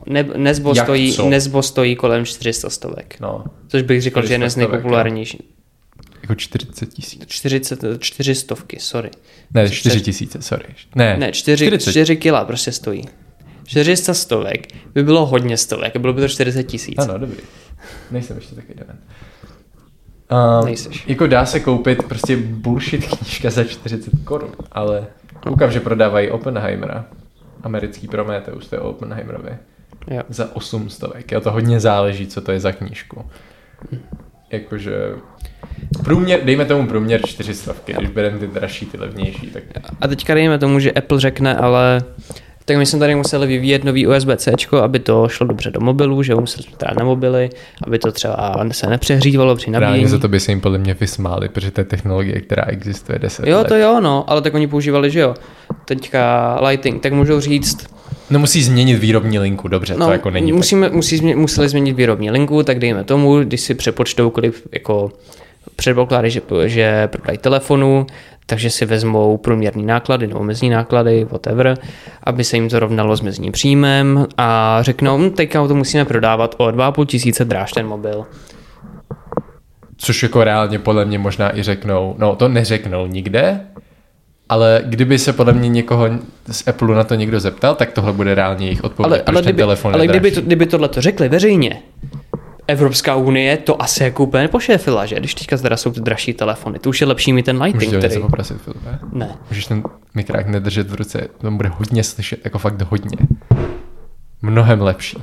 Nesbo stojí kolem 400 stovek. No. Což bych řekl, že je dnes nejpopulárnější. Jako 40 000. 400, sorry. Ne, 4 000, sorry. Ne, 4 kila prostě stojí. 400 stovek by bylo hodně stovek, bylo by to 40 000. Ano, dobrý. Nejsem ještě taky dement. Nejseš. Jako dá se koupit prostě bullshit knížka za 40 korun, ale koukám, že prodávají Oppenheimera. Americký Prometheus, to je Oppenheimerovi. Jo. Za 800. Jo, to hodně záleží, co to je za knížku. Jakože dejme tomu průměr 400, když bereme ty dražší, ty levnější. Tak... A teďka dejme tomu, že Apple řekne, ale Tak my jsme tady museli vyvíjet nový USB-C, aby to šlo dobře do mobilů, že museli jsme dát na mobily, aby to třeba se nepřehřívalo při nabíjení. Právě za to by se jim podle mě vysmáli, protože to je technologie, která existuje 10 let. Jo, to jo, no, ale tak oni používali, že jo. Teďka Lighting, tak můžou říct... No musí změnit výrobní linku, dobře, no, to jako není museli změnit výrobní linku, tak dejme tomu, když si přepočtou, kolik jako předpoklady, že prodají telefonu, takže si vezmou průměrný náklady nebo mezní náklady, whatever, aby se jim to rovnalo s mezním příjmem a řeknou, teďka to musíme prodávat o 2,5 tisíce dráž ten mobil. Což jako reálně podle mě možná i řeknou, no to neřeknou nikde, ale kdyby se podle mě někoho z Apple na to někdo zeptal, tak tohle bude reálně jejich odpověď, proč ten telefon ale kdyby tohle to řekli veřejně, Evropská unie to asi jako úplně nepošéfila, že? Když teďka teda jsou ty dražší telefony, to už je lepší mít ten Lighting, který... Můžeš poprosit, Filipe? Ne. Můžeš ten mikrák nedržet v ruce, to bude hodně slyšet, jako fakt hodně. Mnohem lepší.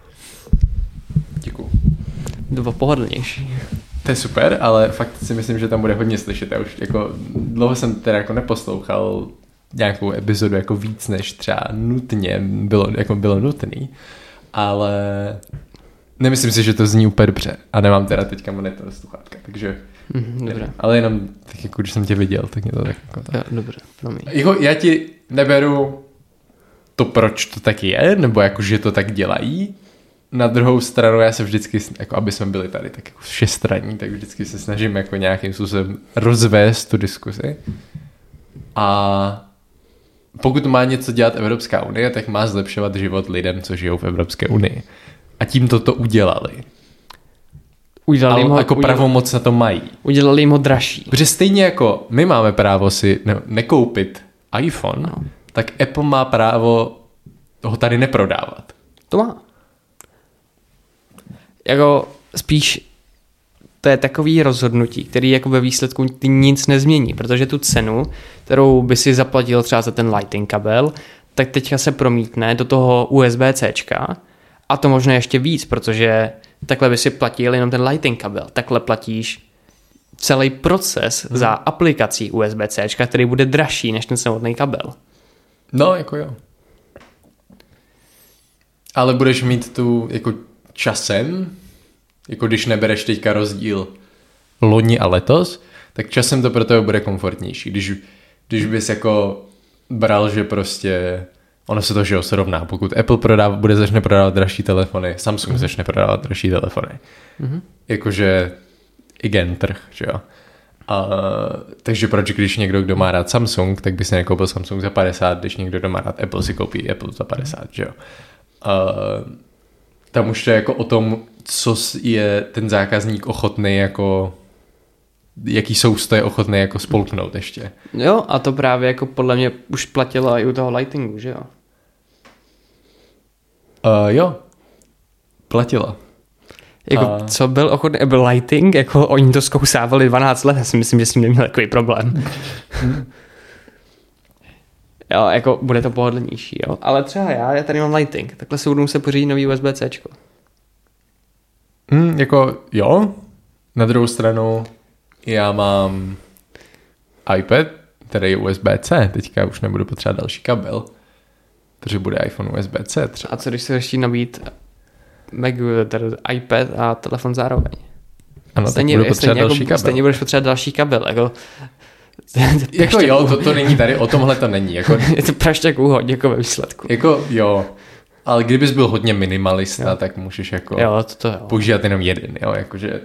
Děkuju. To bylo pohodlnější. To je super, ale fakt si myslím, že tam bude hodně slyšet. Já už jako dlouho jsem teda jako neposlouchal nějakou epizodu jako víc, než třeba nutně bylo nutný, ale nemyslím si, že to zní úplně dobře a nemám teda teďka monitor sluchátka, takže dobře. Ale jenom tak jako když jsem tě viděl, tak mě to tak jako tak. Jo, dobře, promiň. Jako, já ti neberu to, proč to tak je, nebo jako, že to tak dělají. Na druhou stranu já se vždycky, jako aby jsme byli tady tak jako všestranní, tak vždycky se snažím jako nějakým způsobem rozvést tu diskusi. A pokud má něco dělat Evropská unie, tak má zlepšovat život lidem, co žijou v Evropské unii. A tím to udělali. Udělali ale jako pravomoc na to mají. Udělali jim ho dražší. Protože stejně jako my máme právo si nekoupit iPhone, no, tak Apple má právo ho tady neprodávat. To má. Jako spíš to je takový rozhodnutí, který jako ve výsledku nic nezmění, protože tu cenu, kterou by si zaplatil třeba za ten Lighting kabel, tak teďka se promítne do toho USB-Cčka a to možná ještě víc, protože takhle by si platil jenom ten Lighting kabel, takhle platíš celý proces za aplikací USB-Cčka, který bude dražší než ten samotný kabel. No, jako jo. Ale budeš mít tu jako časem, jako když nebereš teďka rozdíl loni a letos, tak časem to pro tebe bude komfortnější. Když bys jako bral, že prostě ono se to, že srovná. Pokud Apple začne prodávat dražší telefony, Samsung začne prodávat dražší telefony. Jakože igen, trh, že jo. Takže proč, když někdo, kdo má rád Samsung, tak by si nekoupil Samsung za 50, když někdo, kdo má rád Apple, si koupí Apple za 50, že jo. Tam už to je jako o tom, co je ten zákazník ochotný jako, jaký sousto je ochotný jako spolknout ještě. Jo, a to právě jako podle mě už platilo i u toho Lightingu, že jo? Jo, platilo. Jako, co byl ochotný, byl Lighting, jako oni to zkousávali 12 let, já si myslím, že s tím neměl takový problém. Jo, jako bude to pohodlnější, jo. Ale třeba já tady mám Lighting, takhle si budu muset pořídit nový USB-Cčko. Jako jo, na druhou stranu já mám iPad, který je USB-C, teďka už nebudu potřebovat další kabel, protože bude iPhone USB-C třeba. A co když se ještě nabít iPad a telefon zároveň? Ano, stejně, tak budu potřebovat další kabel. Stejně budeš potřebovat další kabel, jako... Jako jo, to není tady, o tomhle to není. Jako, je to prašťák úhod, jako ve výsledku. Jako jo, ale kdybys byl hodně minimalista, jo, tak můžeš jako jo. používat jenom jeden, jo, jakože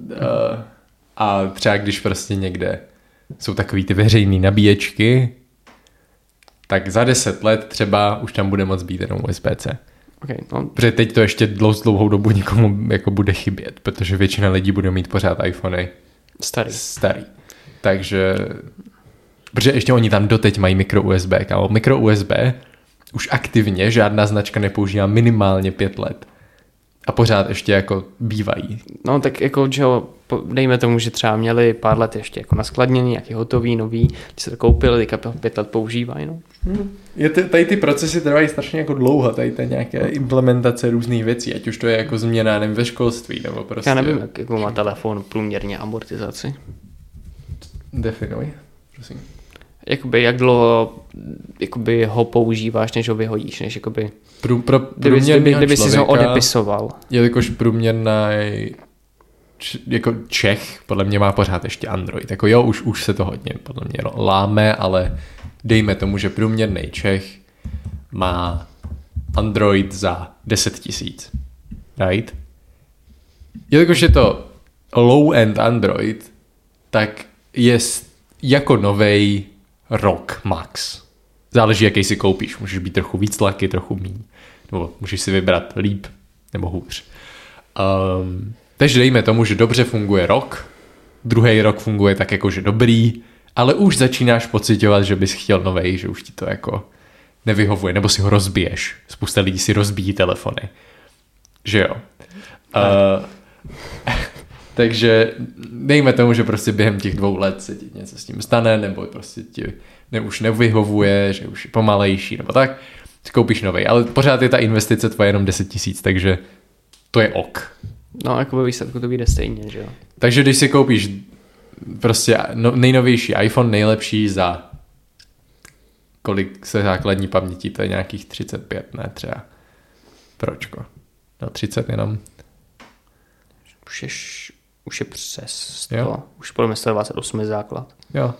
a třeba když prostě někde jsou takový ty veřejný nabíječky, tak za 10 let třeba už tam bude moc být jenom USB-C. Okay, no. Protože teď to ještě dlouhou dobu nikomu jako bude chybět, protože většina lidí bude mít pořád iPhony starý. Takže, protože ještě oni tam doteď mají micro USB, kámo. Micro USB už aktivně žádná značka nepoužívá minimálně 5 let. A pořád ještě jako bývají. No tak jako, že dejme tomu, že třeba měli pár let ještě jako naskladněný, nějaký hotový, nový, když se to koupili, teďka 5 let používají, no. Tady ty procesy trvají strašně jako dlouho, tady ty nějaké implementace různých věcí, ať už to je jako změna, nevím, ve školství, nebo prostě... Já nevím, jak má telefon průměrně amortizaci. Definuj, prosím. Jakoby jak dlouho jakoby ho používáš, než ho vyhodíš, než jakoby... Kdyby si ho odepisoval. Jelikož průměrný jako Čech podle mě má pořád ještě Android. Jako jo, už se to hodně podle mě láme, ale dejme tomu, že průměrný Čech má Android za 10 000. Right? Jelikož je to low-end Android, tak je jako novej rok max. Záleží, jaký si koupíš. Můžeš být trochu víc laky, trochu míň. Nebo můžeš si vybrat líp nebo hůř. Takže dejme tomu, že dobře funguje rok, druhý rok funguje tak jako, že dobrý, ale už začínáš pociťovat, že bys chtěl novej, že už ti to jako nevyhovuje, nebo si ho rozbiješ. Spousta lidí si rozbíjí telefony. Že jo. Takže dejme tomu, že prostě během těch 2 let se ti něco s tím stane, nebo prostě ti už nevyhovuje, že už je pomalejší, nebo tak, koupíš novej. Ale pořád je ta investice tvoje jenom 10 000, takže to je ok. No, jako ve výsledku to vyjde stejně, že jo. Takže když si koupíš prostě nejnovější iPhone, nejlepší za kolik se základní paměti, to je nějakých 35, ne třeba. Pročko? No 30 jenom. Už je přes 100. Jo. Už podle mě 128 je základ. Jo.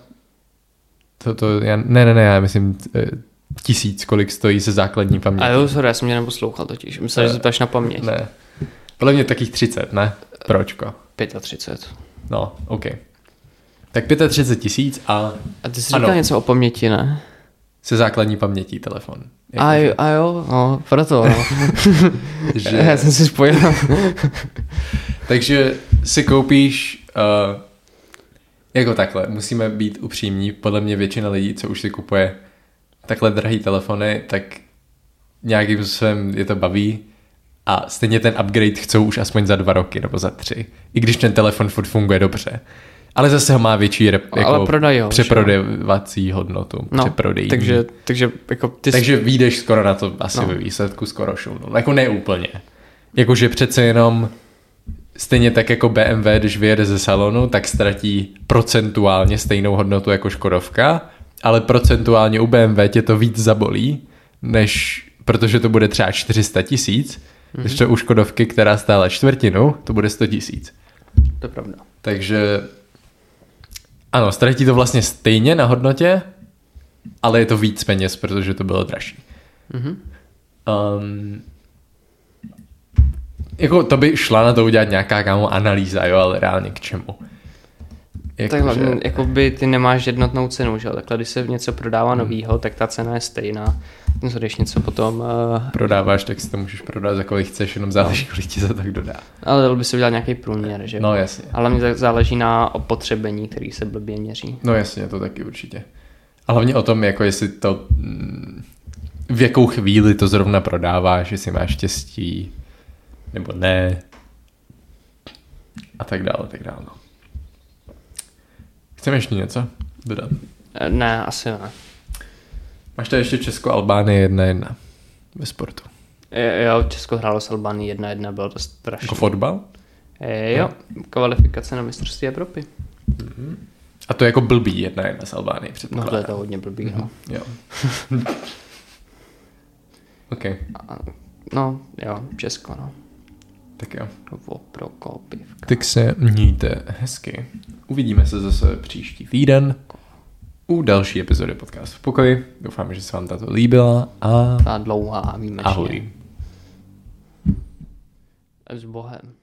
Já myslím 1000, kolik stojí se základní paměti. A jo, sorry, já jsem mě neposlouchal totiž. Myslel, že se ptáš na paměť. Ne. Podle mě takých 30, ne? Pročko? 35. No, OK. Tak 35 000 A ty jsi říkal něco o paměti, ne? Se základní pamětí telefon. A jo, no, proto, no. Že... Já jsem si spojil. Takže si koupíš jako takhle, musíme být upřímní, podle mě většina lidí, co už si kupuje takhle drahý telefony, tak nějakým způsobem je to baví a stejně ten upgrade chcou už aspoň za 2 roky nebo za 3, i když ten telefon furt funguje dobře. Ale zase ho má větší jako přeprodávací hodnotu. No, takže jako takže vyjdeš skoro na to asi ve výsledku skoro šumnu. Jako ne úplně. Jakože přece jenom stejně tak jako BMW, když vyjede ze salonu, tak ztratí procentuálně stejnou hodnotu jako Škodovka, ale procentuálně u BMW tě to víc zabolí, než protože to bude třeba 400 000, když to u Škodovky, která stála 1/4, to bude 100 000. To je pravda. Takže ano, ztratí to vlastně stejně na hodnotě, ale je to víc peněz, protože to bylo dražší. Jako to by šla na to udělat nějaká analýza, jo, ale reálně k čemu? Takhle, jako by ty nemáš jednotnou cenu, že? Takhle, když se něco prodává novýho, tak ta cena je stejná. Když něco potom... Prodáváš, tak si to můžeš prodat za kolik chceš, jenom záleží, kolik ti za tak dodá. Ale dalo by se udělat nějaký průměr, že? No jasně. Ale mě záleží na opotřebení, který se blbě měří. No jasně, to taky určitě. A hlavně o tom, jako jestli to... v jakou chvíli to zrovna prodáváš, jestli máš štěstí, nebo ne. A tak dále, tak dále. Chceme ještě něco dodat? Ne, asi ne. Máš tady ještě Česko-Albánie 1-1 ve sportu. Jo, Česko hrálo s Albánií 1-1, bylo to strašné. Jako fotbal? Jo, kvalifikace na mistrovství Evropy. A to je jako blbý 1-1 s Albánií, předpokládám. No to je to hodně blbý, no. Jo. OK. No, jo, Česko, no. Tak jo. Prokopivka. Tak se mějte hezky. Uvidíme se zase příští týden u další epizody podcastu v pokoji. Doufám, že se vám tato líbila a... Ta dlouhá výjimečně. Ahoj. S Bohem.